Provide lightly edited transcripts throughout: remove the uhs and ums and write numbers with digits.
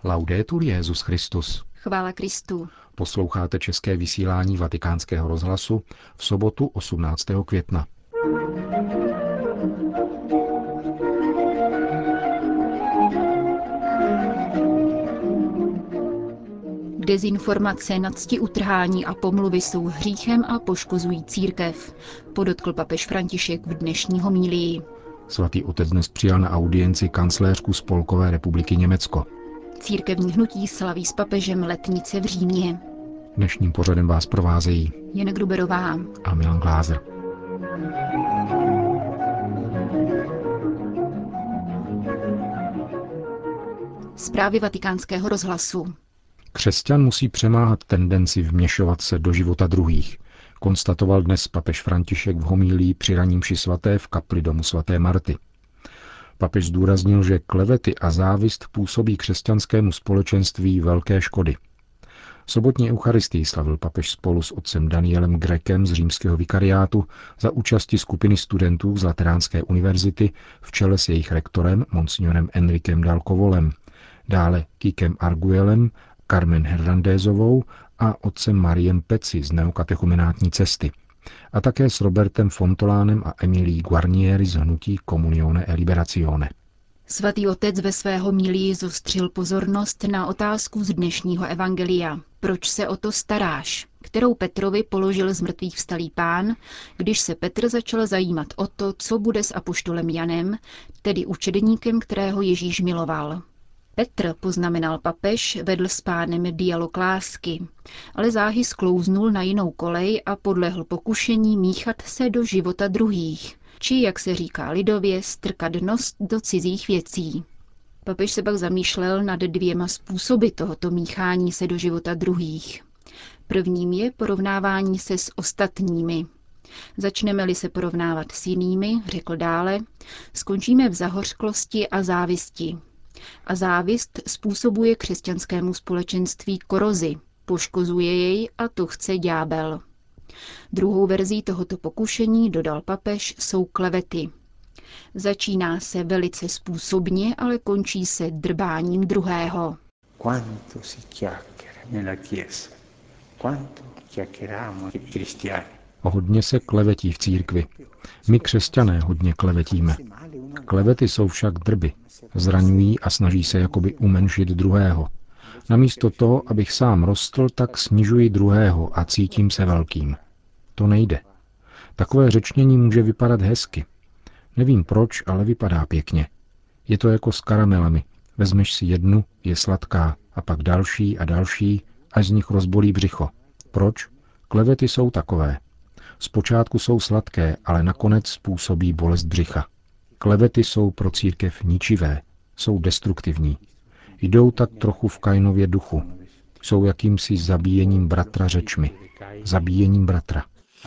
Laudetur Jesus Christus. Chvála Kristu. Posloucháte české vysílání Vatikánského rozhlasu v sobotu 18. května. Dezinformace, nadstiutrhání a pomluvy jsou hříchem a poškozují církev, podotkl papež František v dnešní homílii. Svatý otec dnes přijal na audienci kancléřku Spolkové republiky Německo. Církevní hnutí slaví s papežem letnice v Římě. Dnešním pořadem vás provázejí Jana Gruberová a Milan Glázer. Zprávy Vatikánského rozhlasu. Křesťan musí přemáhat tendenci vměšovat se do života druhých, konstatoval dnes papež František v homílii při raní mši svaté v kapli domu svaté Marty. Papež zdůraznil, že klevety a závist působí křesťanskému společenství velké škody. Sobotní eucharistii slavil papež spolu s otcem Danielem Grekem z římského vikariátu za účasti skupiny studentů z Lateránské univerzity v čele s jejich rektorem monsignorem Enriquem Dalcovolem, dále Kikem Arguelem, Carmen Hernandézovou a otcem Mariem Peci z neokatechumenátní cesty a také s Robertem Fontolánem a Emilií Guarnieri z hnutí Comunione e Liberazione. Svatý otec ve své homílii zostřil pozornost na otázku z dnešního evangelia. Proč se o to staráš? Kterou Petrovi položil z mrtvých vstalý Pán, když se Petr začal zajímat o to, co bude s apoštolem Janem, tedy učedníkem, kterého Ježíš miloval. Petr, poznamenal papež, vedl s Pánem dialog lásky, ale záhy sklouznul na jinou kolej a podlehl pokušení míchat se do života druhých, či, jak se říká lidově, strkat nos do cizích věcí. Papež se pak zamýšlel nad dvěma způsoby tohoto míchání se do života druhých. Prvním je porovnávání se s ostatními. Začneme-li se porovnávat s jinými, řekl dále, skončíme v zahořklosti a závisti. A závist způsobuje křesťanskému společenství korozi, poškozuje jej a to chce ďábel. Druhou verzí tohoto pokušení, dodal papež, jsou klevety. Začíná se velice způsobně, ale končí se drbáním druhého. Hodně se klevetí v církvi. My křesťané hodně klevetíme. Klevety jsou však drby. Zraňují a snaží se jakoby umenšit druhého. Namísto toho, abych sám rostl, tak snižuji druhého a cítím se velkým. To nejde. Takové řečnění může vypadat hezky. Nevím proč, ale vypadá pěkně. Je to jako s karamelami. Vezmeš si jednu, je sladká, a pak další a další, až z nich rozbolí břicho. Proč? Klevety jsou takové. Zpočátku jsou sladké, ale nakonec způsobí bolest břicha. Klevety jsou pro církev ničivé, jsou destruktivní. Jdou tak trochu v Kainově duchu. Jsou jakýmsi zabíjením bratra řečmi. Zabíjením bratra.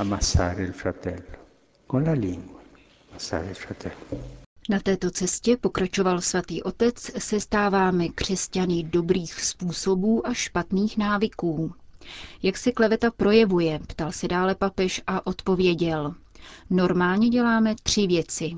Na této cestě, pokračoval svatý otec, se stáváme křesťany dobrých způsobů a špatných návyků. Jak se kleveta projevuje, ptal se dále papež a odpověděl. Normálně děláme 3 věci.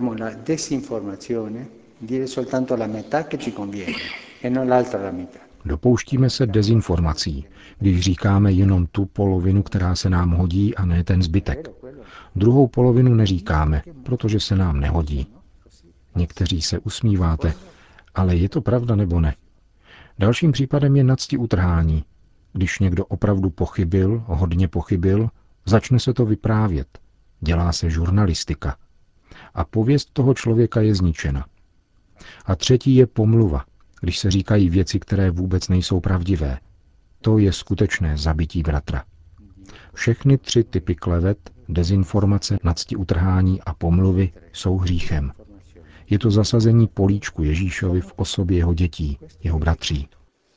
Dopouštíme se dezinformací, když říkáme jenom tu polovinu, která se nám hodí, a ne ten zbytek. Druhou polovinu neříkáme, protože se nám nehodí. Někteří se usmíváte, ale je to pravda nebo ne? Dalším případem je nadstiutrhání. Když někdo opravdu pochybil, hodně pochybil, začne se to vyprávět. Dělá se žurnalistika. A pověst toho člověka je zničena. A třetí je pomluva, když se říkají věci, které vůbec nejsou pravdivé. To je skutečné zabití bratra. Všechny 3 typy klevet, dezinformace, nadstiutrhání a pomluvy jsou hříchem. Je to zasazení políčku Ježíšovi v osobě jeho dětí, jeho bratří.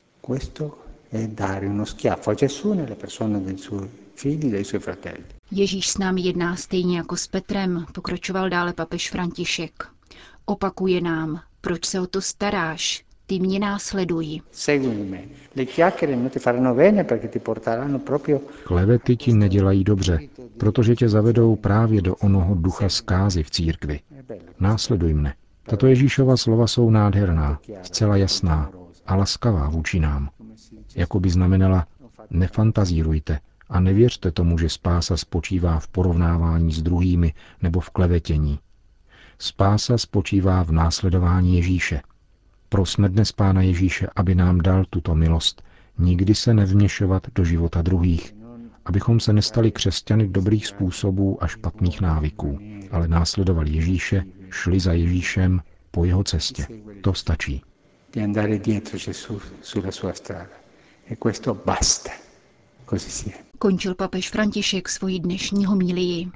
Ježíš s námi jedná stejně jako s Petrem, pokračoval dále papež František. Opakuje nám, proč se o to staráš, ty mě následuj. Klevety ti nedělají dobře, protože tě zavedou právě do onoho ducha zkázy v církvi. Následuj mne. Tato Ježíšova slova jsou nádherná, zcela jasná a laskavá vůči nám. Jako by znamenala, nefantazírujte a nevěřte tomu, že spása spočívá v porovnávání s druhými nebo v klevetění. Spása spočívá v následování Ježíše. Prosme dnes Pána Ježíše, aby nám dal tuto milost, nikdy se nevměšovat do života druhých, abychom se nestali křesťany dobrých způsobů a špatných návyků, ale následovali Ježíše, šli za Ježíšem po jeho cestě. To stačí. Končil papež František svoji dnešní homílii.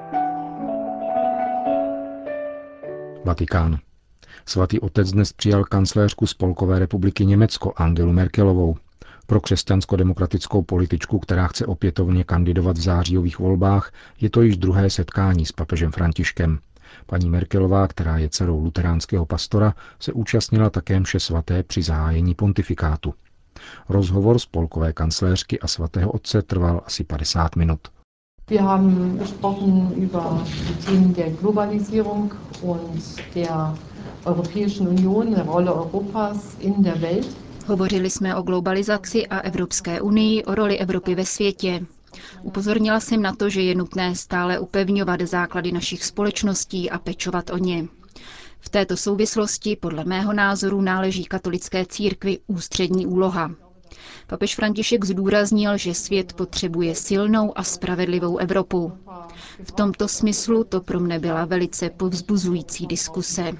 Vatikán. Svatý otec dnes přijal kancléřku Spolkové republiky Německo Angelu Merkelovou. Pro křesťansko-demokratickou političku, která chce opětovně kandidovat v zářijových volbách, je to již druhé setkání s papežem Františkem. Paní Merkelová, která je dcerou luteránského pastora, se účastnila také mše svaté při zahájení pontifikátu. Rozhovor spolkové kancléřky a svatého otce trval asi 50 minut. Wir haben gesprochen über die Themen der Globalisierung und der Europäischen Union, der Rolle Europas in der Welt. Hovořili jsme o globalizaci a Evropské unii, o roli Evropy ve světě. Upozornila jsem na to, že je nutné stále upevňovat základy našich společností a pečovat o ně. V této souvislosti podle mého názoru náleží katolické církvi ústřední úloha. Papež František zdůraznil, že svět potřebuje silnou a spravedlivou Evropu. V tomto smyslu to pro mne byla velice povzbuzující diskuse.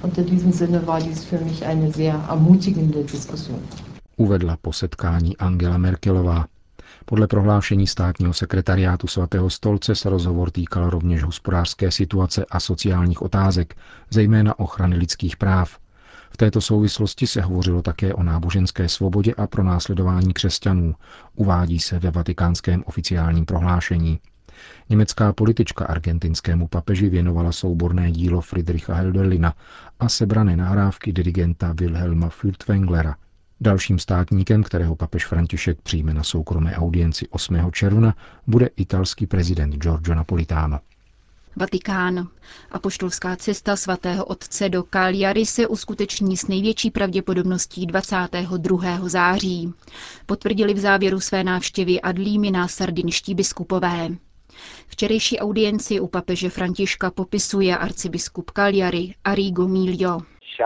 Uvedla po setkání Angela Merkelová. Podle prohlášení státního sekretariátu Svatého stolce se rozhovor týkal rovněž hospodářské situace a sociálních otázek, zejména ochrany lidských práv. V této souvislosti se hovořilo také o náboženské svobodě a pronásledování křesťanů, uvádí se ve vatikánském oficiálním prohlášení. Německá politička argentinskému papeži věnovala souborné dílo Friedricha Hölderlina a sebrané nahrávky dirigenta Wilhelma Furtwänglera. Dalším státníkem, kterého papež František přijme na soukromé audienci 8. června, bude italský prezident Giorgio Napolitano. Vatikán. Apoštolská cesta svatého otce do Cagliari se uskuteční s největší pravděpodobností 22. září. Potvrdili v závěru své návštěvy ad limina sardinští biskupové. Včerejší audienci u papeže Františka popisuje arcibiskup Cagliari Arrigo Miglio.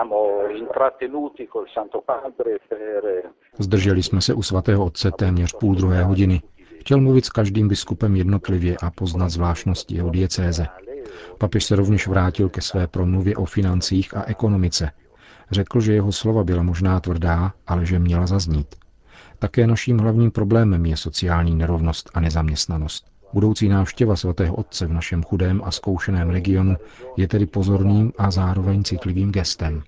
Zdrželi jsme se u svatého otce téměř 1,5 hodiny. Chtěl mluvit s každým biskupem jednotlivě a poznat zvláštnosti jeho diecéze. Papež se rovněž vrátil ke své promluvě o financích a ekonomice. Řekl, že jeho slova byla možná tvrdá, ale že měla zaznít. Také naším hlavním problémem je sociální nerovnost a nezaměstnanost. Budoucí návštěva svatého otce v našem chudém a zkoušeném regionu je tedy pozorným a zároveň citlivým gestem.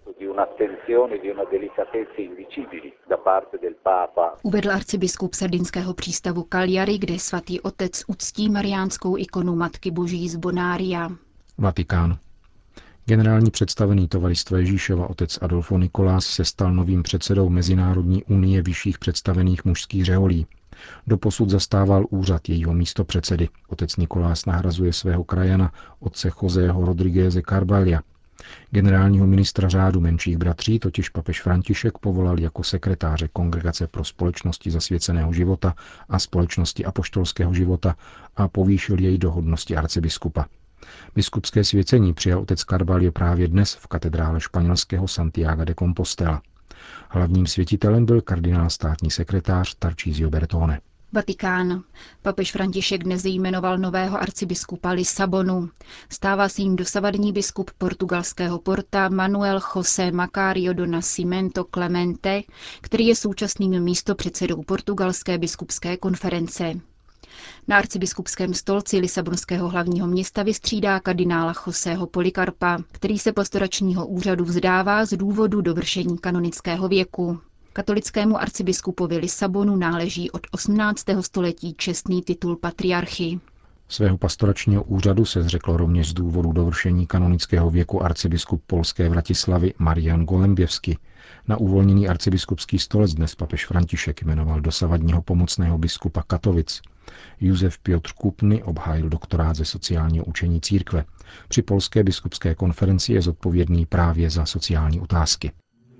Uvedl arcibiskup sardinského přístavu Cagliari, kde svatý otec uctí mariánskou ikonu Matky Boží z Bonaria. Vatikán. Generální představený tovaristva Ježíšova otec Adolfo Nicolás se stal novým předsedou Mezinárodní unie vyšších představených mužských řeholí. Doposud zastával úřad jejího místopředsedy. Otec Nicolás nahrazuje svého krajana, otce Joseho Rodrigueze Carvalha. Generálního ministra řádu menších bratří totiž papež František povolal jako sekretáře Kongregace pro společnosti zasvěceného života a společnosti apoštolského života a povýšil jej do hodnosti arcibiskupa. Biskupské svěcení přijal otec Carvalho právě dnes v katedrále španělského Santiago de Compostela. Hlavním světitelem byl kardinál státní sekretář Tarcísio Bertone. Vatikán. Papež František dnes jmenoval nového arcibiskupa Lisabonu. Stává se jím dosavadní biskup portugalského Porta Manuel José Macario do Nascimento Clemente, který je současným místopředsedou portugalské biskupské konference. Na arcibiskupském stolci lisabonského hlavního města vystřídá kardinála Joseho Polikarpa, který se pastoračního úřadu vzdává z důvodu dovršení kanonického věku. Katolickému arcibiskupovi Lisabonu náleží od 18. století čestný titul patriarchy. Svého pastoračního úřadu se zřekl rovněž z důvodu dovršení kanonického věku arcibiskup polské Vratislavy Marian Golemběvsky. Na uvolněný arcibiskupský stolec dnes papež František jmenoval dosavadního pomocného biskupa Katovic. Josef Piotr Kupny obhájil doktorát ze sociálního učení církve. Při polské biskupské konferenci je zodpovědný právě za sociální otázky.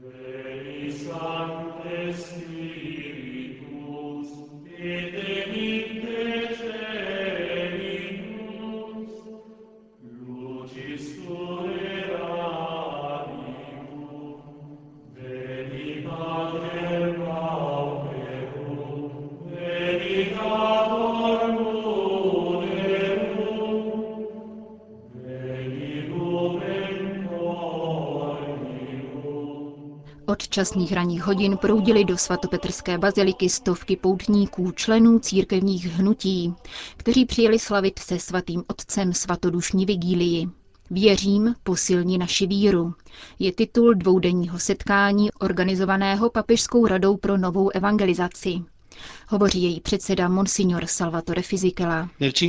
Od časných ranních hodin proudily do svatopetrské baziliky stovky poutníků, členů církevních hnutí, kteří přijeli slavit se svatým otcem svatodušní vigílii. Věřím, posilni naši víru, je titul dvoudenního setkání organizovaného Papežskou radou pro novou evangelizaci. Hovoří její předseda Monsignor Salvatore Fisichella.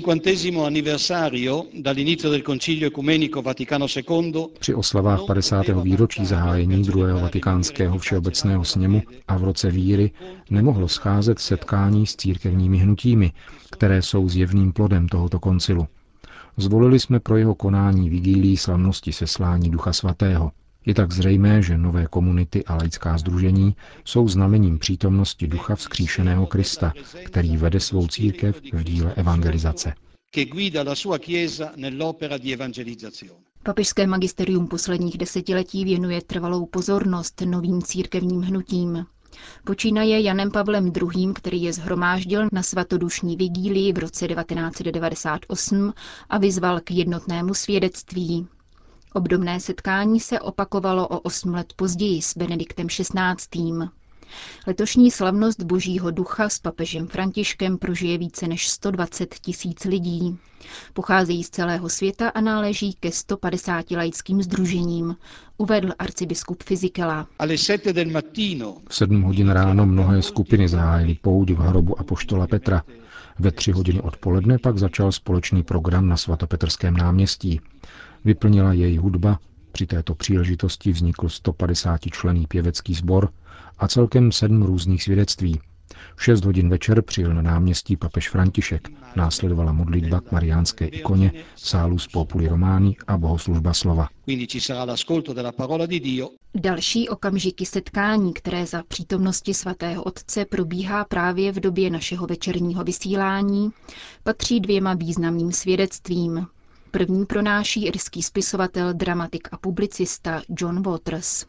Při oslavách 50. výročí zahájení druhého vatikánského všeobecného sněmu a v roce víry nemohlo scházet setkání s církevními hnutími, které jsou zjevným plodem tohoto koncilu. Zvolili jsme pro jeho konání vigílii slavnosti seslání Ducha Svatého. Je tak zřejmé, že nové komunity a laická sdružení jsou znamením přítomnosti Ducha vzkříšeného Krista, který vede svou církev v díle evangelizace. Papežské magisterium posledních desetiletí věnuje trvalou pozornost novým církevním hnutím. Počínaje Janem Pavlem II., který je shromáždil na svatodušní vigílii v roce 1998 a vyzval k jednotnému svědectví. Obdobné setkání se opakovalo o 8 let později s Benediktem XVI. Letošní slavnost Božího ducha s papežem Františkem prožije více než 120 000 lidí. Pocházejí z celého světa a náleží ke 150 laickým sdružením, uvedl arcibiskup Fisichella. V 7 hodin ráno mnohé skupiny zahájily pouť v hrobu apoštola Petra. Ve 3 hodiny odpoledne pak začal společný program na svatopetrském náměstí. Vyplnila jej hudba, při této příležitosti vznikl 150členný pěvecký sbor a celkem 7 různých svědectví. V 6 hodin večer přijel na náměstí papež František, následovala modlitba k mariánské ikoně, Salus Populi Romani a bohoslužba slova. Další okamžiky setkání, které za přítomnosti svatého otce probíhá právě v době našeho večerního vysílání, patří 2 významným svědectvím. První pronáší irský spisovatel, dramatik a publicista John Waters.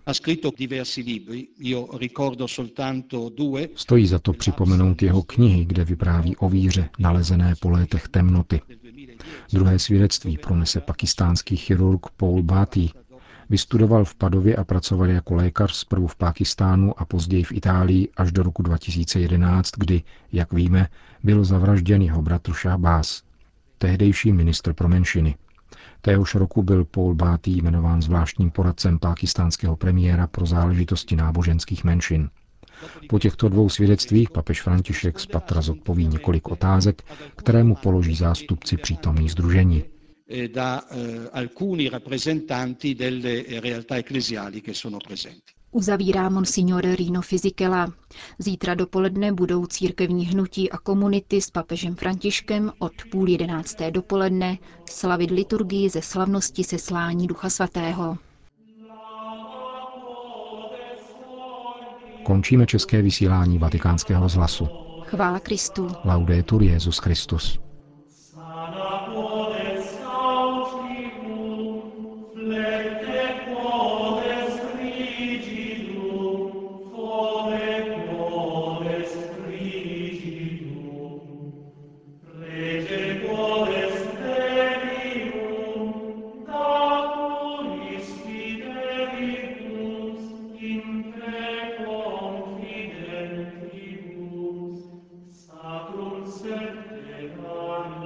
Stojí za to připomenout jeho knihy, kde vypráví o víře, nalezené po létech temnoty. Druhé svědectví pronese pakistánský chirurg Paul Bhatti. Vystudoval v Padově a pracoval jako lékař zprvu v Pákistánu a později v Itálii až do roku 2011, kdy, jak víme, byl zavražděn jeho bratr Shahbaz, tehdejší ministr pro menšiny. Téhož roku byl Paul Bhatti jmenován zvláštním poradcem pákistánského premiéra pro záležitosti náboženských menšin. Po těchto 2 svědectvích papež František spatra zodpoví několik otázek, které mu položí zástupci přítomných sdružení. Uzavírá monsignor Rino Fisichella. Zítra dopoledne budou církevní hnutí a komunity s papežem Františkem od 10:30 dopoledne slavit liturgii ze slavnosti seslání Ducha Svatého. Končíme české vysílání Vatikánského rozhlasu. Chvála Kristu. Laudetur Jesus Christus. Sacrum Sancte